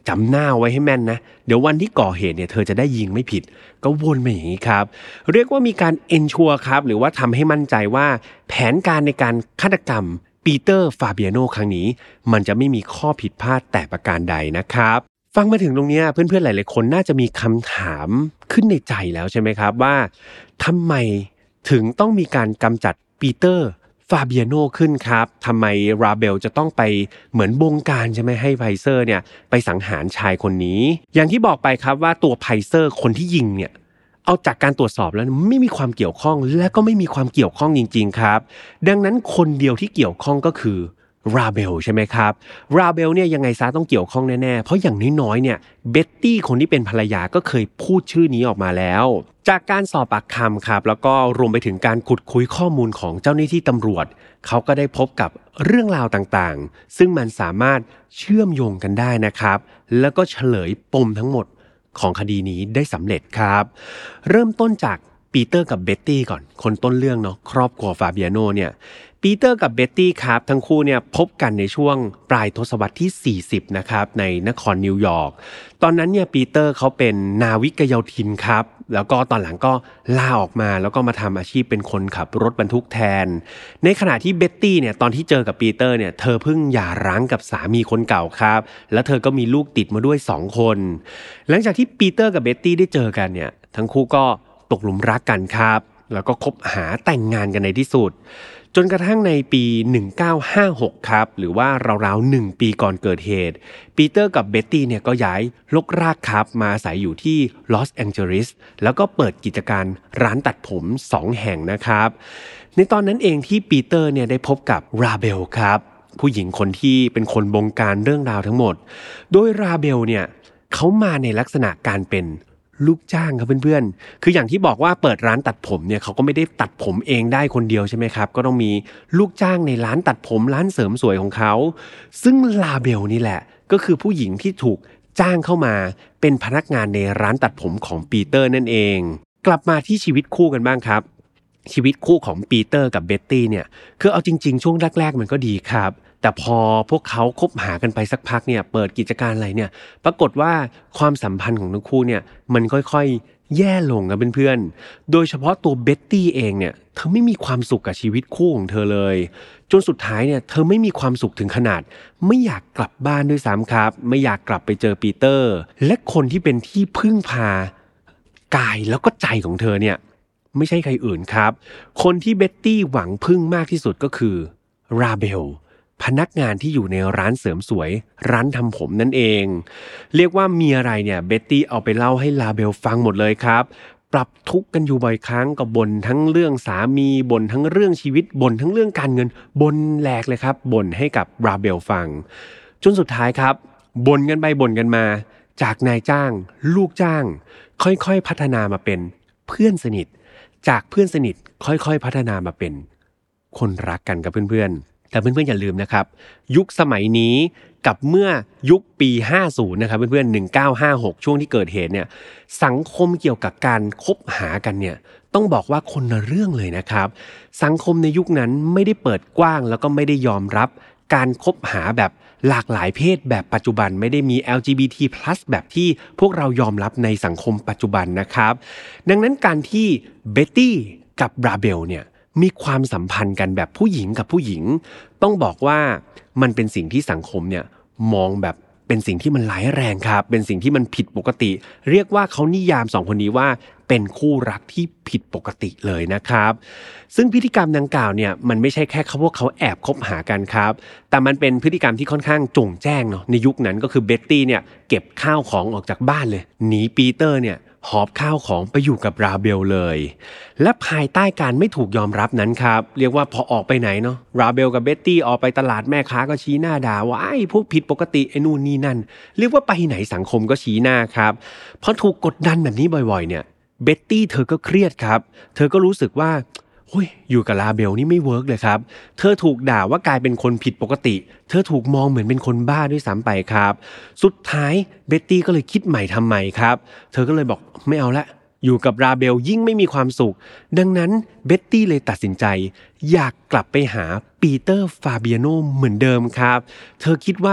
จำหน้าไว้ให้แม่นนะเดี๋ยววันที่ก่อเหตุเนี่ยเธอจะได้ยิงไม่ผิดก็วนมาอย่างนี้ครับเรียกว่ามีการเอนชัวร์ครับหรือว่าทำให้มั่นใจว่าแผนการในการฆาตกรรมปีเตอร์ฟาเบียโนครั้งนี้มันจะไม่มีข้อผิดพลาดแต่ประการใดนะครับฟังมาถึงตรงนี้เพื่อนๆหลายๆคนน่าจะมีคำถามขึ้นในใจแล้วใช่ไหมครับว่าทำไมถึงต้องมีการกำจัดปีเตอร์ฟาเบียโนขึ้นครับทำไมราเบลจะต้องไปเหมือนบงการใช่ไหมให้ไพเซอร์เนี่ยไปสังหารชายคนนี้อย่างที่บอกไปครับว่าตัวไพเซอร์คนที่ยิงเนี่ยเอาจากการตรวจสอบแล้วไม่มีความเกี่ยวข้องและก็ไม่มีความเกี่ยวข้องจริงๆครับดังนั้นคนเดียวที่เกี่ยวข้องก็คือราเบลใช่ไหมครับราเบลเนี่ยยังไงซะต้องเกี่ยวข้องแน่ๆเพราะอย่างน้อยๆเนี่ยเบ็ตตี้คนที่เป็นภรรยาก็เคยพูดชื่อนี้ออกมาแล้วจากการสอบปากคำครับแล้วก็รวมไปถึงการขุดคุยข้อมูลของเจ้าหน้าที่ตำรวจเขาก็ได้พบกับเรื่องราวต่างๆซึ่งมันสามารถเชื่อมโยงกันได้นะครับแล้วก็เฉลยปมทั้งหมดของคดีนี้ได้สำเร็จครับเริ่มต้นจากปีเตอร์กับเบ็ตตี้ก่อนคนต้นเรื่องเนาะครอบครัวฟาเบียโนเนี่ยปีเตอร์กับเบ็ตตี้ครับทั้งคู่เนี่ยพบกันในช่วงปลายทศวรรษที่สี่สิบนะครับในนครนิวยอร์กตอนนั้นเนี่ยปีเตอร์เขาเป็นนาวิกโยธินครับแล้วก็ตอนหลังก็ลาออกมาแล้วก็มาทำอาชีพเป็นคนขับรถบรรทุกแทนในขณะที่เบ็ตตี้เนี่ยตอนที่เจอกับปีเตอร์เนี่ยเธอเพิ่งหย่าร้างกับสามีคนเก่าครับแล้วเธอก็มีลูกติดมาด้วยสองคนหลังจากที่ปีเตอร์กับเบ็ตตี้ได้เจอกันเนี่ยทั้งคู่ก็ตกหลุมรักกันครับแล้วก็คบหาแต่งงานกันในที่สุดจนกระทั่งในปีหนึ่งพันเก้าร้อยห้าสิบหกครับหรือว่าราวๆหนึ่งปีก่อนเกิดเหตุปีเตอร์กับเบ็ตตี้เนี่ยก็ย้ายลกรากครับมาอาศัยอยู่ที่ลอสแองเจลิสแล้วก็เปิดกิจการร้านตัดผมสองแห่งนะครับในตอนนั้นเองที่ปีเตอร์เนี่ยได้พบกับราเบลครับผู้หญิงคนที่เป็นคนบงการเรื่องราวทั้งหมดโดยราเบลเนี่ยเขามาในลักษณะการเป็นลูกจ้างครับเพื่อนๆคืออย่างที่บอกว่าเปิดร้านตัดผมเนี่ยเขาก็ไม่ได้ตัดผมเองได้คนเดียวใช่ไหมครับก็ต้องมีลูกจ้างในร้านตัดผมร้านเสริมสวยของเขาซึ่งลาเบลนี่แหละก็คือผู้หญิงที่ถูกจ้างเข้ามาเป็นพนักงานในร้านตัดผมของปีเตอร์นั่นเองกลับมาที่ชีวิตคู่กันบ้างครับชีวิตคู่ของปีเตอร์กับเบ็ตตี้เนี่ยคือเอาจริงๆช่วงแรกๆมันก็ดีครับแต่พอพวกเขาคบหากันไปสักพักเนี่ยเปิดกิจการอะไรเนี่ยปรากฏว่าความสัมพันธ์ของทั้งคู่เนี่ยมันค่อยๆแย่ลงครับเพื่อนๆโดยเฉพาะตัวเบ็ตตี้เองเนี่ยเธอไม่มีความสุขกับชีวิตคู่ของเธอเลยจนสุดท้ายเนี่ยเธอไม่มีความสุขถึงขนาดไม่อยากกลับบ้านด้วยซ้ำครับไม่อยากกลับไปเจอปีเตอร์และคนที่เป็นที่พึ่งพากายแล้วก็ใจของเธอเนี่ยไม่ใช่ใครอื่นครับคนที่เบ็ตตี้หวังพึ่งมากที่สุดก็คือราเบลพนักงานที่อยู่ในร้านเสริมสวยร้านทำผมนั่นเองเรียกว่ามีอะไรเนี่ยเบ็ตตี้เอาไปเล่าให้ลาเบลฟังหมดเลยครับปรับทุกข์กันอยู่บ่อยครั้งก็บ่นทั้งเรื่องสามีบ่นทั้งเรื่องชีวิตบ่นทั้งเรื่องการเงินบ่นแหลกเลยครับบ่นให้กับลาเบลฟังจนสุดท้ายครับบ่นกันไปบ่นกันมาจากนายจ้างลูกจ้างค่อยๆพัฒนามาเป็นเพื่อนสนิทจากเพื่อนสนิทค่อยๆพัฒนามาเป็นคนรักกันกับเพื่อนๆแต่เพื่อนๆอย่าลืมนะครับยุคสมัยนี้กับเมื่อยุคปีห้าสิบนะครับเพื่อนๆหนึ่งพันเก้าร้อยห้าสิบหกช่วงที่เกิดเหตุเนี่ยสังคมเกี่ยวกับการคบหากันเนี่ยต้องบอกว่าคนละเรื่องเลยนะครับสังคมในยุคนั้นไม่ได้เปิดกว้างแล้วก็ไม่ได้ยอมรับการคบหาแบบหลากหลายเพศแบบปัจจุบันไม่ได้มี แอล จี บี ที พลัส แบบที่พวกเรายอมรับในสังคมปัจจุบันนะครับดังนั้นการที่เบ็ตตี้กับบราเบลเนี่ยมีความสัมพันธ์กันแบบผู้หญิงกับผู้หญิงต้องบอกว่ามันเป็นสิ่งที่สังคมเนี่ยมองแบบเป็นสิ่งที่มันร้ายแรงครับเป็นสิ่งที่มันผิดปกติเรียกว่าเขานิยามสองคนนี้ว่าเป็นคู่รักที่ผิดปกติเลยนะครับซึ่งพฤติกรรมดังกล่าวเนี่ยมันไม่ใช่แค่เขาพวกเขาแอบคบหากันครับแต่มันเป็นพฤติกรรมที่ค่อนข้างจงแจ้งเนาะในยุคนั้นก็คือเบ็ตตี้เนี่ยเก็บข้าวของออกจากบ้านเลยหนีปีเตอร์เนี่ยหอบข้าวของไปอยู่กับราเบลเลยและภายใต้การไม่ถูกยอมรับนั้นครับเรียกว่าพอออกไปไหนเนาะราเบลกับเบ็ตตี้ออกไปตลาดแม่ค้าก็ชี้หน้าด่าว่าไอ้พวกผิดปกติไอ้นู่นนี่นั่นเรียกว่าไปไหนสังคมก็ชี้หน้าครับเพราะถูกกดดันแบบนี้บ่อยๆเนี่ยเบ็ตตี้เธอก็เครียดครับเธอก็รู้สึกว่าเฮ้ยอยู่กับราเบลนี่ไม่เวิร์กเลยครับเธอถูกด่าว่ากลายเป็นคนผิดปกติเธอถูกมองเหมือนเป็นคนบ้าด้วยซ้ำไปครับสุดท้ายเบ็ตตี้ก็เลยคิดใหม่ทำใหม่ครับเธอก็เลยบอกไม่เอาละอยู่กับราเบลยิ่งไม่มีความสุขดังนั้นเบ็ตตี้เลยตัดสินใจอยากกลับไปหาปีเตอร์ฟาเบียโนเหมือนเดิมครับเธอคิดว่า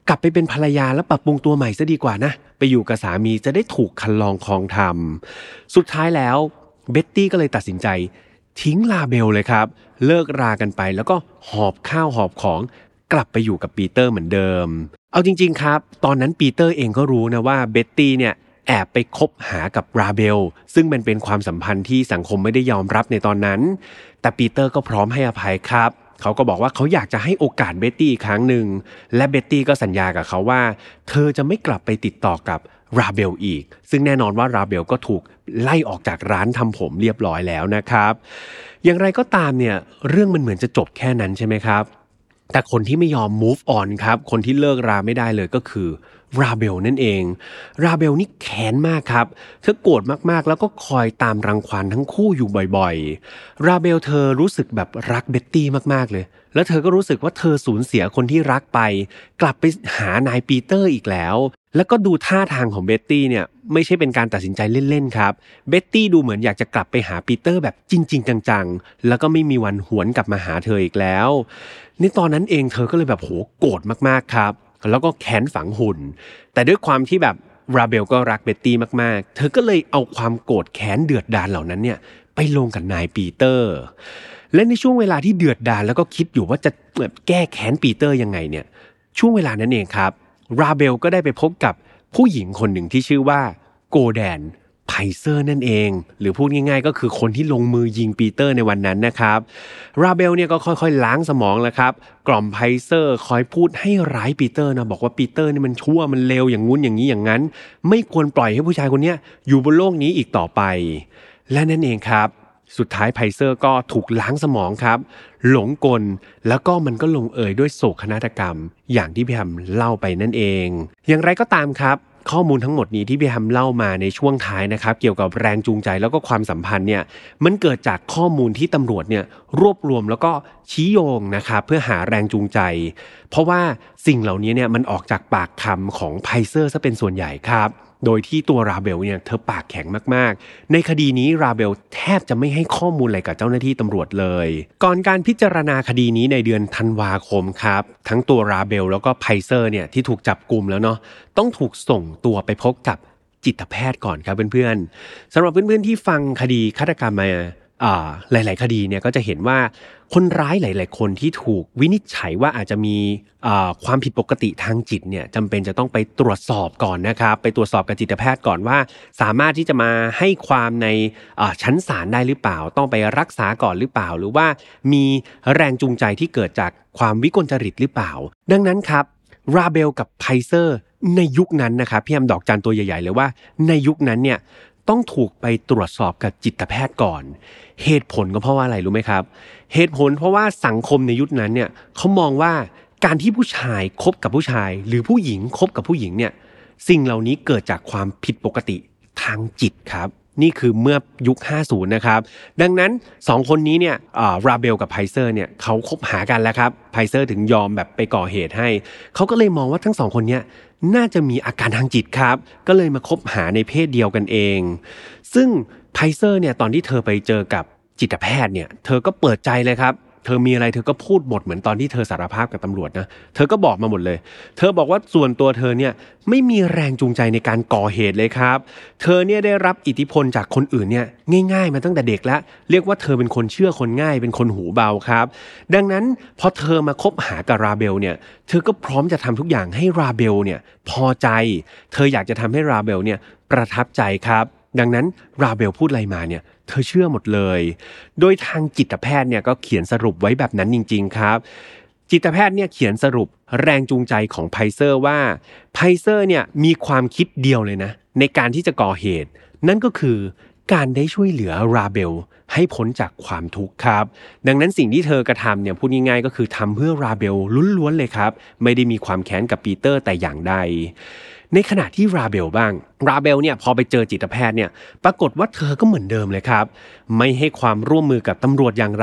กลับไปเป็นภรรยาแล้วปรับปรุงตัวใหม่ซะดีกว่านะไปอยู่กับสามีจะได้ถูกคันลองครองธรรมสุดท้ายแล้วเบ็ตตี้ก็เลยตัดสินใจทิ้งลาเบลเลยครับเลิกรากันไปแล้วก็หอบข้าวหอบของกลับไปอยู่กับปีเตอร์เหมือนเดิมเอาจริงๆครับตอนนั้นปีเตอร์เองก็รู้นะว่าเบ็ตตี้เนี่ยแอบไปคบหากับราเบลซึ่งมันเป็นความสัมพันธ์ที่สังคมไม่ได้ยอมรับในตอนนั้นแต่ปีเตอร์ก็พร้อมให้อภัยครับเขาก็บอกว่าเขาอยากจะให้โอกาสเบ็ตตี้อีกครั้งหนึ่งและเบ็ตตี้ก็สัญญากับเขาว่าเธอจะไม่กลับไปติดต่อกับราเบลอีกซึ่งแน่นอนว่าราเบลก็ถูกไล่ออกจากร้านทำผมเรียบร้อยแล้วนะครับอย่างไรก็ตามเนี่ยเรื่องมันเหมือนจะจบแค่นั้นใช่ไหมครับแต่คนที่ไม่ยอม move on ครับคนที่เลิกราไม่ได้เลยก็คือราเบลนั่นเองราเบลนี่แค้นมากครับเธอโกรธมากๆแล้วก็คอยตามรังควานทั้งคู่อยู่บ่อยๆราเบลเธอรู้สึกแบบรักเบ็ตตี้มากๆเลยแล้วเธอก็รู้สึกว่าเธอสูญเสียคนที่รักไปกลับไปหานายปีเตอร์อีกแล้วแล้วก็ดูท่าทางของเบ็ตตี้เนี่ยไม่ใช่เป็นการตัดสินใจเล่นๆครับเบ็ตตี้ดูเหมือนอยากจะกลับไปหาปีเตอร์แบบจริงๆจังๆแล้วก็ไม่มีวันหวนกลับมาหาเธออีกแล้วในตอนนั้นเองเธอก็เลยแบบโหโกรธมากๆครับแล้วก็แค้นฝังหุ่นแต่ด้วยความที่แบบราเบลก็รักเบ็ตตี้มากๆเธอก็เลยเอาความโกรธแค้นเดือดดาลเหล่านั้นเนี่ยไปลงกับนายปีเตอร์และในช่วงเวลาที่เดือดดาลแล้วก็คิดอยู่ว่าจะแก้แค้นปีเตอร์ยังไงเนี่ยช่วงเวลานั้นเองครับราเบลก็ได้ไปพบกับผู้หญิงคนหนึ่งที่ชื่อว่าโกแดนไพเซอร์นั่นเองหรือพูดง่ายๆก็คือคนที่ลงมือยิงปีเตอร์ในวันนั้นนะครับราเบลเนี่ยก็ค่อยๆล้างสมองแล้วครับกล่อมไพเซอร์คอยพูดให้ร้ายปีเตอร์นะบอกว่าปีเตอร์นี่มันชั่วมันเลวอย่างงุ้นอย่างนี้อย่างนั้นไม่ควรปล่อยให้ผู้ชายคนนี้อยู่บนโลกนี้อีกต่อไปและนั่นเองครับสุดท้ายไพเซอร์ก็ถูกล้างสมองครับหลงกลแล้วก็มันก็ลงเอยด้วยโศกนาฏกรรมอย่างที่พี่แฮมเล่าไปนั่นเองอย่างไรก็ตามครับข้อมูลทั้งหมดนี้ที่พี่แฮมเล่ามาในช่วงท้ายนะครับเกี่ยวกับแรงจูงใจแล้วก็ความสัมพันธ์เนี่ยมันเกิดจากข้อมูลที่ตำรวจเนี่ยรวบรวมแล้วก็ชี้โยงนะครับเพื่อหาแรงจูงใจเพราะว่าสิ่งเหล่านี้เนี่ยมันออกจากปากคำของไพเซอร์ซะเป็นส่วนใหญ่ครับโดยที่ตัวราเบลเนี่ยเธอปากแข็งมากๆในคดีนี้ราเบลแทบจะไม่ให้ข้อมูลอะไรกับเจ้าหน้าที่ตำรวจเลยก่อนการพิจารณาคดีนี้ในเดือนธันวาคมครับทั้งตัวราเบลแล้วก็ไพเซอร์เนี่ยที่ถูกจับกุมแล้วเนาะต้องถูกส่งตัวไปพบกับจิตแพทย์ก่อนครับเพื่อนๆสำหรับเพื่อนๆที่ฟังคดีฆาตกรรมมาอ่าหลายๆคดีเนี่ยก็จะเห็นว่าคนร้ายหลายๆคนที่ถูกวินิจฉัยว่าอาจจะมีอ่าความผิดปกติทางจิตเนี่ยจำเป็นจะต้องไปตรวจสอบก่อนนะครับไปตรวจสอบกับจิตแพทย์ก่อนว่าสามารถที่จะมาให้ความในอ่าชั้นศาลได้หรือเปล่าต้องไปรักษาก่อนหรือเปล่าหรือว่ามีแรงจูงใจที่เกิดจากความวิกลจริตหรือเปล่าดังนั้นครับราเบลกับไพเซอร์ในยุคนั้นนะครับพี่แอมดอกจันตัวใหญ่ๆเลยว่าในยุคนั้นเนี่ยต้องถูกไปตรวจสอบกับจิตแพทย์ก่อนเหตุผลก็เพราะว่าอะไรรู้ไหมครับเหตุผลเพราะว่าสังคมในยุคนั้นเนี่ยเขามองว่าการที่ผู้ชายคบกับผู้ชายหรือผู้หญิงคบกับผู้หญิงเนี่ยสิ่งเหล่านี้เกิดจากความผิดปกติทางจิตครับนี่คือเมื่อยุคห้าสิบนะครับดังนั้นสองคนนี้เนี่ยอ่าราเบลกับไพเซอร์เนี่ยเขาคบหากันแล้วครับไพเซอร์ถึงยอมแบบไปก่อเหตุให้เขาก็เลยมองว่าทั้งสองคนเนี้ยน่าจะมีอาการทางจิตครับก็เลยมาคบหาในเพศเดียวกันเองซึ่งไพเซอร์เนี่ยตอนที่เธอไปเจอกับจิตแพทย์เนี่ยเธอก็เปิดใจเลยครับเธอมีอะไรเธอก็พูดหมดเหมือนตอนที่เธอสารภาพกับตำรวจนะเธอก็บอกมาหมดเลยเธอบอกว่าส่วนตัวเธอเนี่ยไม่มีแรงจูงใจในการก่อเหตุเลยครับเธอเนี่ยได้รับอิทธิพลจากคนอื่นเนี่ยง่ายๆมาตั้งแต่เด็กแล้วเรียกว่าเธอเป็นคนเชื่อคนง่ายเป็นคนหูเบาครับดังนั้นพอเธอมาคบหากับราเบลเนี่ยเธอก็พร้อมจะทำทุกอย่างให้ราเบลเนี่ยพอใจเธออยากจะทำให้ราเบลเนี่ยประทับใจครับดังนั้นราเบลพูดอะไรมาเนี่ยเธอเชื่อหมดเลยโดยทางจิตแพทย์เนี่ยก็เขียนสรุปไว้แบบนั้นจริงๆครับจิตแพทย์เนี่ยเขียนสรุปแรงจูงใจของไพเซอร์ว่าไพเซอร์เนี่ยมีความคิดเดียวเลยนะในการที่จะก่อเหตุนั่นก็คือการได้ช่วยเหลือราเบลให้พ้นจากความทุกข์ครับดังนั้นสิ่งที่เธอกระทำเนี่ยพูดง่ายๆก็คือทำเพื่อราเบลล้วนๆเลยครับไม่ได้มีความแค้นกับปีเตอร์แต่อย่างใดในขณะที่ราเบลบ้างราเบลเนี่ยพอไปเจอจิตแพทย์เนี่ยปรากฏว่าเธอก็เหมือนเดิมเลยครับไม่ให้ความร่วมมือกับตำรวจอย่างไร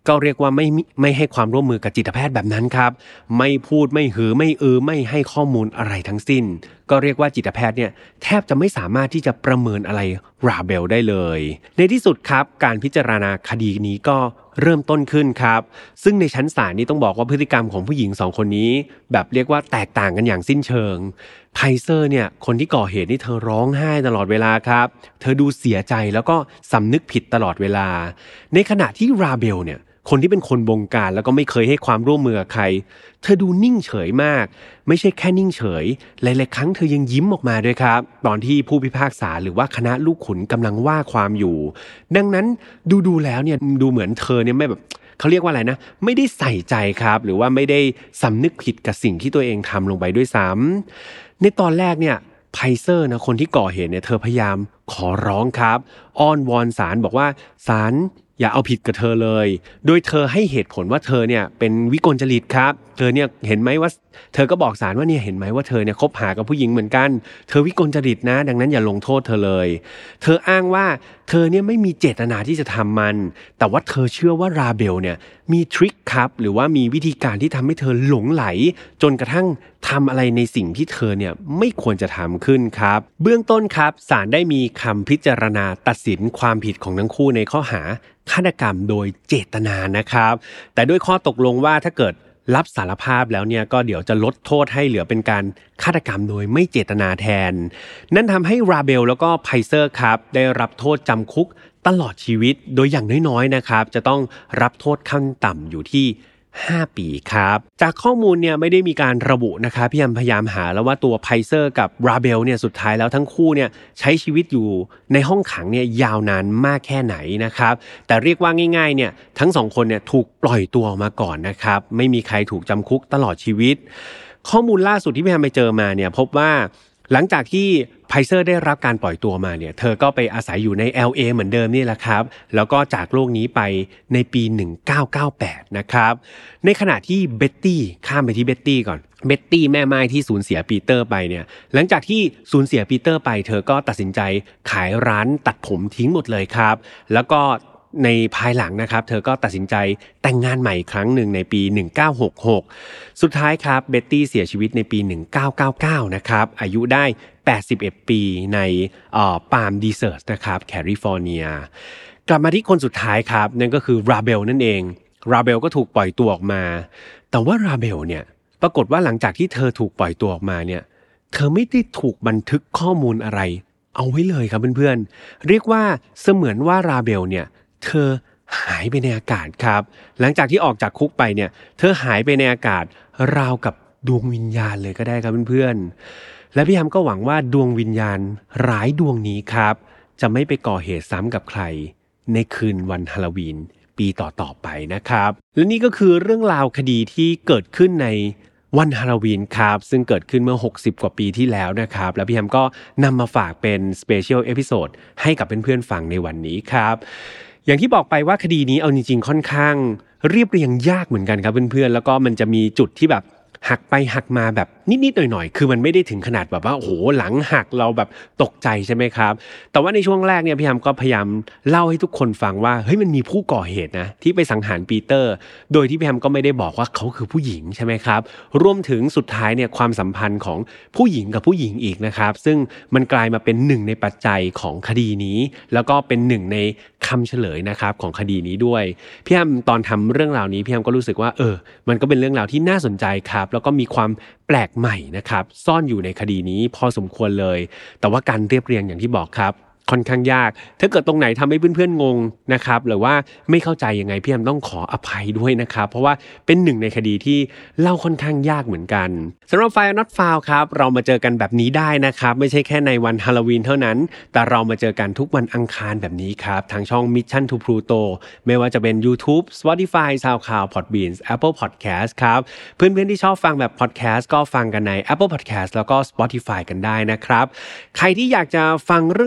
ก็เรียกว่าไม่ไม่ให้ความร่วมมือกับจิตแพทย์แบบนั้นครับไม่พูดไม่หือไม่อือไม่ให้ข้อมูลอะไรทั้งสิ้นก็เรียกว่าจิตแพทย์เนี่ยแทบจะไม่สามารถที่จะประเมินอะไรราเบลได้เลยในที่สุดครับการพิจารณาคดีนี้ก็เริ่มต้นขึ้นครับซึ่งในชั้นศาลนี้ต้องบอกว่าพฤติกรรมของผู้หญิงสองคนนี้แบบเรียกว่าแตกต่างกันอย่างสิ้นเชิงไพเซอร์เนี่ยคนที่ก่อเหตุนี่เธอร้องไห้ตลอดเวลาครับเธอดูเสียใจแล้วก็สำนึกผิดตลอดเวลาในขณะที่ราเบลเนี่ยคนที่เป็นคนบงการแล้วก็ไม่เคยให้ความร่วมมือกับใครเธอดูนิ่งเฉยมากไม่ใช่แค่นิ่งเฉยหลายๆครั้งเธอยังยิ้มออกมาด้วยครับตอนที่ผู้พิพากษาหรือว่าคณะลูกขุนกำลังว่าความอยู่ดังนั้นดูๆแล้วเนี่ยดูเหมือนเธอเนี่ยไม่แบบเขาเรียกว่าอะไรนะไม่ได้ใส่ใจครับหรือว่าไม่ได้สำนึกผิดกับสิ่งที่ตัวเองทำลงไปด้วยซ้ำในตอนแรกเนี่ยไพเซอร์นะคนที่ก่อเหตุเนี่ยเธอพยายามขอร้องครับอ้อนวอนศาลบอกว่าศาลอย่าเอาผิดกับเธอเลยโดยเธอให้เหตุผลว่าเธอเนี่ยเป็นวิกลจริตครับเธอเนี่ยเห็นไหมว่าเธอก็บอกศาลว่าเนี่ยเห็นไหมว่าเธอเนี่ยคบหากับผู้หญิงเหมือนกันเธอวิกลจริตนะดังนั้นอย่าลงโทษเธอเลยเธออ้างว่าเธอเนี่ยไม่มีเจตนาที่จะทำมันแต่ว่าเธอเชื่อว่าราเบลเนี่ยมีทริคครับหรือว่ามีวิธีการที่ทำให้เธอหลงไหลจนกระทั่งทำอะไรในสิ่งที่เธอเนี่ยไม่ควรจะทำขึ้นครับเบื้องต้นครับศาลได้มีคำพิจารณาตัดสินความผิดของทั้งคู่ในข้อหาฆาตกรรมโดยเจตนานะครับแต่ด้วยข้อตกลงว่าถ้าเกิดรับสารภาพแล้วเนี่ยก็เดี๋ยวจะลดโทษให้เหลือเป็นการฆาตกรรมโดยไม่เจตนาแทนนั่นทำให้ราเบลแล้วก็ไพเซอร์ครับได้รับโทษจำคุกตลอดชีวิตโดยอย่างน้อยๆนะครับจะต้องรับโทษขั้นต่ำอยู่ที่ห้าปีครับจากข้อมูลเนี่ยไม่ได้มีการระบุนะครับพี่ยามพยายามหาแล้วว่าตัวไพเซอร์กับราเบลเนี่ยสุดท้ายแล้วทั้งคู่เนี่ยใช้ชีวิตอยู่ในห้องขังเนี่ยยาวนานมากแค่ไหนนะครับแต่เรียกว่าง่ายๆเนี่ยทั้งสองคนเนี่ยถูกปล่อยตัวออกมาก่อนนะครับไม่มีใครถูกจำคุกตลอดชีวิตข้อมูลล่าสุดที่พี่ยามไปเจอมาเนี่ยพบว่าหลังจากที่ไพเซอร์ได้รับการปล่อยตัวมาเนี่ยเธอก็ไปอาศัยอยู่ใน แอล เอ เหมือนเดิมนี่แหละครับแล้วก็จากโลกนี้ไปในปีหนึ่งพันเก้าร้อยเก้าสิบแปดนะครับในขณะที่เบ็ตตี้ข้ามไปที่เบ็ตตี้ก่อนเบ็ตตี้แม่ไม้ที่สูญเสียปีเตอร์ไปเนี่ยหลังจากที่สูญเสียปีเตอร์ไปเธอก็ตัดสินใจขายร้านตัดผมทิ้งหมดเลยครับแล้วก็ในภายหลังนะครับเธอก็ตัดสินใจแต่งงานใหม่อีกครั้งหนึ่งในปีหนึ่งพันเก้าร้อยหกสิบหกสุดท้ายครับเบ็ตตี้เสียชีวิตในปีหนึ่งพันเก้าร้อยเก้าสิบเก้านะครับอายุได้แปดสิบเอ็ดปีในเอ่อปาล์มดีเซิร์ตนะครับแคลิฟอร์เนียกลับมาที่คนสุดท้ายครับนั่นก็คือราเบลนั่นเองราเบลก็ถูกปล่อยตัวออกมาแต่ว่าราเบลเนี่ยปรากฏว่าหลังจากที่เธอถูกปล่อยตัวออกมาเนี่ยเธอไม่ได้ถูกบันทึกข้อมูลอะไรเอาไว้เลยครับเพื่อนๆเรียกว่าเสมือนว่าราเบลเนี่ยเธอหายไปในอากาศครับหลังจากที่ออกจากคุกไปเนี่ยเธอหายไปในอากาศราวกับดวงวิญญาณเลยก็ได้ครับเพื่อนๆและพี่ฮัมก็หวังว่าดวงวิญญาณร้ายดวงนี้ครับจะไม่ไปก่อเหตุซ้ำกับใครในคืนวันฮาโลวีนปีต่อๆไปนะครับและนี่ก็คือเรื่องราวคดีที่เกิดขึ้นในวันฮาโลวีนครับซึ่งเกิดขึ้นเมื่อหกสิบกว่าปีที่แล้วนะครับแล้วพี่ฮัมก็นำมาฝากเป็นสเปเชียลเอพิโซดให้กับเพื่อนๆฟังในวันนี้ครับอย่างที่บอกไปว่าคดีนี้เอาจริงๆค่อนข้างเรียบเรียงยากเหมือนกันครับเพื่อนๆแล้วก็มันจะมีจุดที่แบบหักไปหักมาแบบนิดๆหน่อยๆคือมันไม่ได้ถึงขนาดแบบว่าโอ้โหหลังหักเราแบบตกใจใช่ไหมครับแต่ว่าในช่วงแรกเนี่ยพี่ฮัมก็พยายามเล่าให้ทุกคนฟังว่าเฮ้ยมันมีผู้ก่อเหตุนะที่ไปสังหารปีเตอร์โดยที่พี่ฮัมก็ไม่ได้บอกว่าเขาคือผู้หญิงใช่ไหมครับรวมถึงสุดท้ายเนี่ยความสัมพันธ์ของผู้หญิงกับผู้หญิงอีกนะครับซึ่งมันกลายมาเป็นหนึ่งในปัจจัยของคดีนี้แล้วก็เป็นหนึ่งในคำเฉลยนะครับของคดีนี้ด้วยพี่ฮัมตอนทำเรื่องราวนี้พี่ฮัมก็รู้สึกว่าเออมันก็เป็นเรื่องราวที่น่าสนใจครับแล้วก็มีความแปลกใหม่นะครับซ่อนอยู่ในคดีนี้พอสมควรเลยแต่ว่าการเรียบเรียงอย่างที่บอกครับค่อนข้างยากถ้าเกิดตรงไหนทำให้เพื่อนๆงงนะครับหรือว่าไม่เข้าใจยังไงพี่แอมต้องขออภัยด้วยนะครับเพราะว่าเป็นหนึ่งในคดีที่เล่าค่อนข้างยากเหมือนกันสำหรับ File Not Found ครับเรามาเจอกันแบบนี้ได้นะครับไม่ใช่แค่ในวันฮาโลวีนเท่านั้นแต่เรามาเจอกันทุกวันอังคารแบบนี้ครับทางช่อง Mission to Pluto ไม่ว่าจะเป็น YouTube Spotify SoundCloud Podbean Apple Podcast ครับเพื่อนๆที่ชอบฟังแบบ Podcast ก็ฟังกันใน Apple Podcast แล้วก็ Spotify กันได้นะครับใครที่อยากจะฟังเรื่องราวต่าง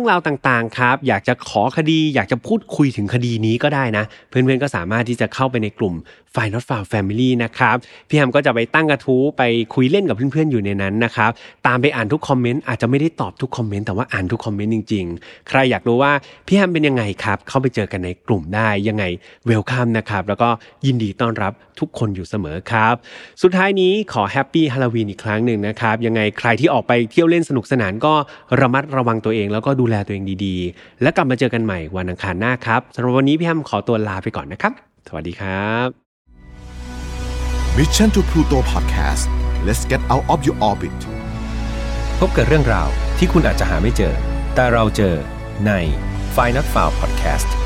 ต่างๆครับอยากจะขอคดีอยากจะพูดคุยถึงคดีนี้ก็ได้นะเพื่อนๆก็สามารถที่จะเข้าไปในกลุ่ม File Not Found Family นะครับพี่แฮมก็จะไปตั้งกระทู้ไปคุยเล่นกับเพื่อนๆอยู่ในนั้นนะครับตามไปอ่านทุกคอมเมนต์อาจจะไม่ได้ตอบทุกคอมเมนต์แต่ว่าอ่านทุกคอมเมนต์จริงๆใครอยากรู้ว่าพี่แฮมเป็นยังไงครับเข้าไปเจอกันในกลุ่มได้ยังไงเวลคัมนะครับแล้วก็ยินดีต้อนรับทุกคนอยู่เสมอครับสุดท้ายนี้ขอแฮปปี้ฮาโลวีนอีกครั้งหนึ่งนะครับยังไงใครที่ออกไปเที่ยวเล่นสนุกสนานก็ระมัดระวังตัวเองแล้วก็ดูแลตัวเองดีๆและกลับมาเจอกันใหม่วันอังคารหน้าครับสำหรับวันนี้พี่แฮมขอตัวลาไปก่อนนะครับสวัสดีครับ Mission to Pluto Podcast let's get out of your orbit พบกับเรื่องราวที่คุณอาจจะหาไม่เจอแต่เราเจอใน File Not Found Podcast